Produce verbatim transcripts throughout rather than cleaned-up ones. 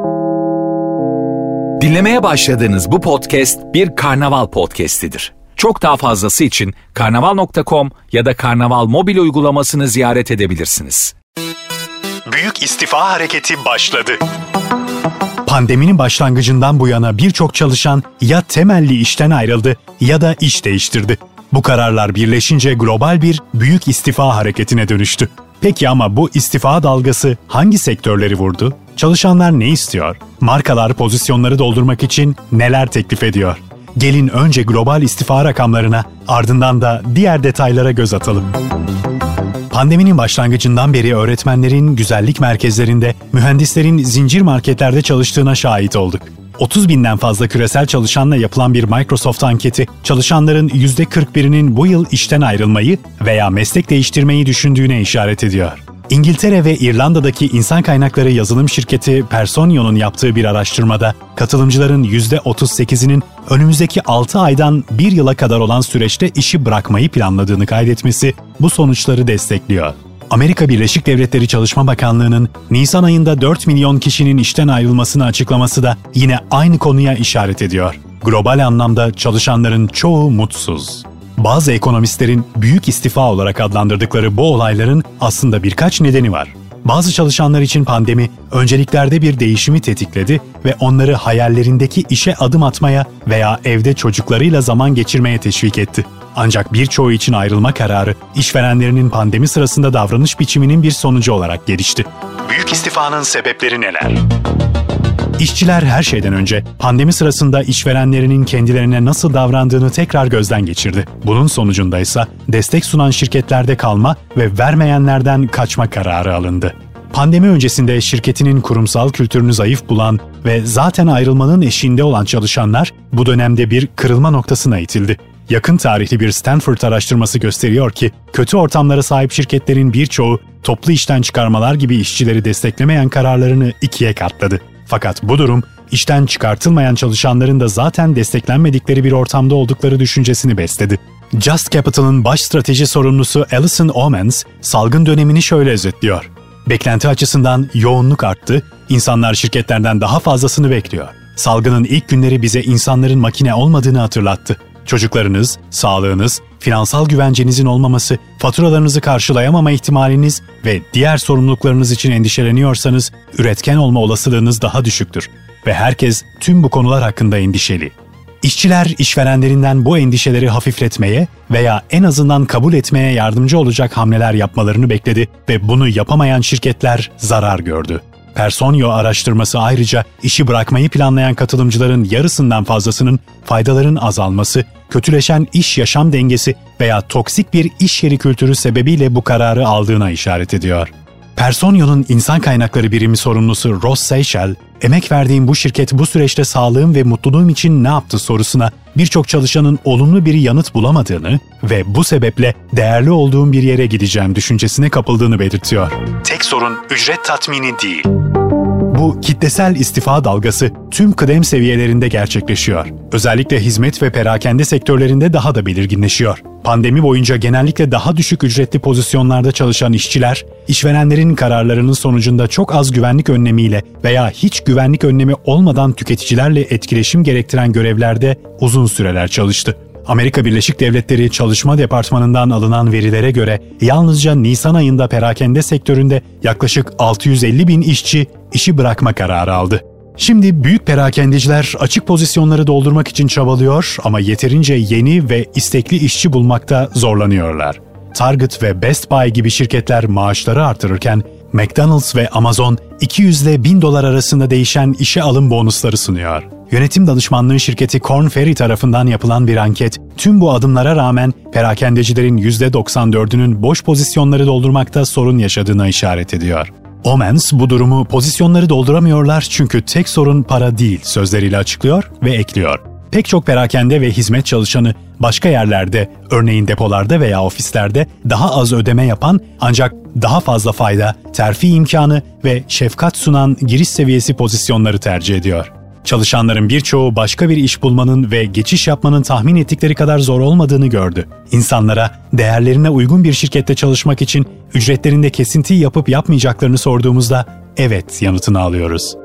Dinlemeye başladığınız bu podcast bir karnaval podcastidir. Çok daha fazlası için karnaval nokta com ya da karnaval mobil uygulamasını ziyaret edebilirsiniz. Büyük istifa hareketi başladı. Pandeminin başlangıcından bu yana birçok çalışan ya temelli işten ayrıldı ya da iş değiştirdi. Bu kararlar birleşince global bir büyük istifa hareketine dönüştü. Peki ama bu istifa dalgası hangi sektörleri vurdu? Çalışanlar ne istiyor? Markalar pozisyonları doldurmak için neler teklif ediyor? Gelin önce global istifa rakamlarına, ardından da diğer detaylara göz atalım. Pandeminin başlangıcından beri öğretmenlerin güzellik merkezlerinde, mühendislerin zincir marketlerde çalıştığına şahit olduk. otuz binden fazla küresel çalışanla yapılan bir Microsoft anketi, çalışanların yüzde kırk birinin bu yıl işten ayrılmayı veya meslek değiştirmeyi düşündüğüne işaret ediyor. İngiltere ve İrlanda'daki insan kaynakları yazılım şirketi Personio'nun yaptığı bir araştırmada, katılımcıların yüzde otuz sekizinin önümüzdeki altı aydan bir yıla kadar olan süreçte işi bırakmayı planladığını kaydetmesi bu sonuçları destekliyor. Amerika Birleşik Devletleri Çalışma Bakanlığı'nın Nisan ayında dört milyon kişinin işten ayrılmasını açıklaması da yine aynı konuya işaret ediyor. Global anlamda çalışanların çoğu mutsuz. Bazı ekonomistlerin büyük istifa olarak adlandırdıkları bu olayların aslında birkaç nedeni var. Bazı çalışanlar için pandemi önceliklerde bir değişimi tetikledi ve onları hayallerindeki işe adım atmaya veya evde çocuklarıyla zaman geçirmeye teşvik etti. Ancak birçoğu için ayrılma kararı işverenlerinin pandemi sırasında davranış biçiminin bir sonucu olarak gelişti. Büyük istifanın sebepleri neler? İşçiler her şeyden önce pandemi sırasında işverenlerinin kendilerine nasıl davrandığını tekrar gözden geçirdi. Bunun sonucunda ise destek sunan şirketlerde kalma ve vermeyenlerden kaçma kararı alındı. Pandemi öncesinde şirketinin kurumsal kültürünü zayıf bulan ve zaten ayrılmanın eşiğinde olan çalışanlar bu dönemde bir kırılma noktasına itildi. Yakın tarihli bir Stanford araştırması gösteriyor ki, kötü ortamlara sahip şirketlerin birçoğu toplu işten çıkarmalar gibi işçileri desteklemeyen kararlarını ikiye katladı. Fakat bu durum, işten çıkartılmayan çalışanların da zaten desteklenmedikleri bir ortamda oldukları düşüncesini besledi. Just Capital'ın baş strateji sorumlusu Alison Omens, salgın dönemini şöyle özetliyor. Beklenti açısından yoğunluk arttı, insanlar şirketlerden daha fazlasını bekliyor. Salgının ilk günleri bize insanların makine olmadığını hatırlattı. Çocuklarınız, sağlığınız, finansal güvencenizin olmaması, faturalarınızı karşılayamama ihtimaliniz ve diğer sorumluluklarınız için endişeleniyorsanız üretken olma olasılığınız daha düşüktür ve herkes tüm bu konular hakkında endişeli. İşçiler işverenlerinden bu endişeleri hafifletmeye veya en azından kabul etmeye yardımcı olacak hamleler yapmalarını bekledi ve bunu yapamayan şirketler zarar gördü. Personio araştırması ayrıca işi bırakmayı planlayan katılımcıların yarısından fazlasının faydaların azalması, kötüleşen iş-yaşam dengesi veya toksik bir iş yeri kültürü sebebiyle bu kararı aldığına işaret ediyor. Personio'nun insan kaynakları birimi sorumlusu Ross Seychelles, emek verdiğim bu şirket bu süreçte sağlığım ve mutluluğum için ne yaptı sorusuna birçok çalışanın olumlu bir yanıt bulamadığını ve bu sebeple değerli olduğum bir yere gideceğim düşüncesine kapıldığını belirtiyor. Tek sorun ücret tatmini değil. Bu kitlesel istifa dalgası tüm kıdem seviyelerinde gerçekleşiyor. Özellikle hizmet ve perakende sektörlerinde daha da belirginleşiyor. Pandemi boyunca genellikle daha düşük ücretli pozisyonlarda çalışan işçiler, işverenlerin kararlarının sonucunda çok az güvenlik önlemiyle veya hiç güvenlik önlemi olmadan tüketicilerle etkileşim gerektiren görevlerde uzun süreler çalıştı. Amerika Birleşik Devletleri Çalışma Departmanı'ndan alınan verilere göre yalnızca Nisan ayında perakende sektöründe yaklaşık altı yüz elli bin işçi işi bırakma kararı aldı. Şimdi büyük perakendeciler açık pozisyonları doldurmak için çabalıyor ama yeterince yeni ve istekli işçi bulmakta zorlanıyorlar. Target ve Best Buy gibi şirketler maaşları artırırken McDonald's ve Amazon iki yüz ile bin dolar arasında değişen işe alım bonusları sunuyor. Yönetim danışmanlığı şirketi Korn Ferry tarafından yapılan bir anket, tüm bu adımlara rağmen perakendecilerin yüzde doksan dördünün boş pozisyonları doldurmakta sorun yaşadığına işaret ediyor. Omens bu durumu pozisyonları dolduramıyorlar çünkü tek sorun para değil sözleriyle açıklıyor ve ekliyor. Pek çok perakende ve hizmet çalışanı başka yerlerde, örneğin depolarda veya ofislerde daha az ödeme yapan ancak daha fazla fayda, terfi imkanı ve şefkat sunan giriş seviyesi pozisyonları tercih ediyor. Çalışanların birçoğu başka bir iş bulmanın ve geçiş yapmanın tahmin ettikleri kadar zor olmadığını gördü. İnsanlara değerlerine uygun bir şirkette çalışmak için ücretlerinde kesinti yapıp yapmayacaklarını sorduğumuzda evet yanıtını alıyoruz.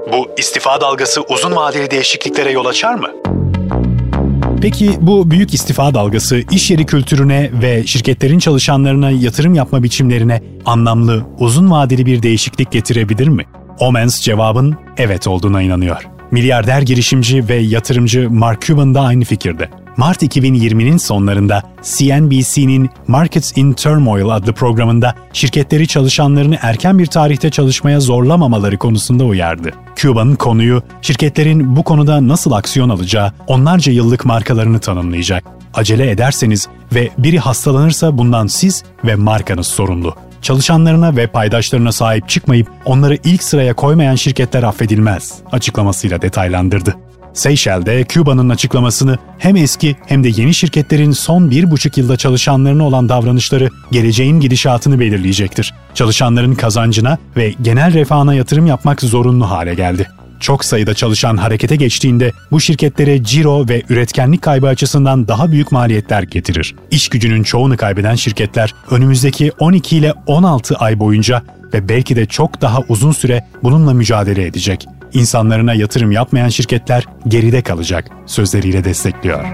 Bu istifa dalgası uzun vadeli değişikliklere yol açar mı? Peki bu büyük istifa dalgası iş yeri kültürüne ve şirketlerin çalışanlarına yatırım yapma biçimlerine anlamlı, uzun vadeli bir değişiklik getirebilir mi? Omens cevabın evet olduğuna inanıyor. Milyarder girişimci ve yatırımcı Mark Cuban da aynı fikirde. Mart iki bin yirminin sonlarında C N B C'nin Markets in Turmoil adlı programında şirketleri çalışanlarını erken bir tarihte çalışmaya zorlamamaları konusunda uyardı. Cuban konuyu şirketlerin bu konuda nasıl aksiyon alacağı, onlarca yıllık markalarını tanımlayacak. Acele ederseniz ve biri hastalanırsa bundan siz ve markanız sorumlu. Çalışanlarına ve paydaşlarına sahip çıkmayıp onları ilk sıraya koymayan şirketler affedilmez açıklamasıyla detaylandırdı. Seychelles'de Cuba'nın açıklamasını hem eski hem de yeni şirketlerin son bir buçuk yılda çalışanlarına olan davranışları geleceğin gidişatını belirleyecektir. Çalışanların kazancına ve genel refahına yatırım yapmak zorunlu hale geldi. Çok sayıda çalışan harekete geçtiğinde bu şirketlere ciro ve üretkenlik kaybı açısından daha büyük maliyetler getirir. İş gücünün çoğunu kaybeden şirketler önümüzdeki on iki ile on altı ay boyunca ve belki de çok daha uzun süre bununla mücadele edecek. İnsanlarına yatırım yapmayan şirketler geride kalacak sözleriyle destekliyor.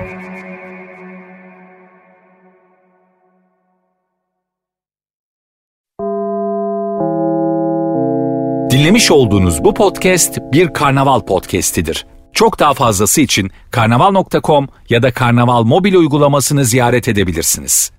Dinlemiş olduğunuz bu podcast bir Karnaval podcastidir. Çok daha fazlası için karnaval nokta com ya da Karnaval mobil uygulamasını ziyaret edebilirsiniz.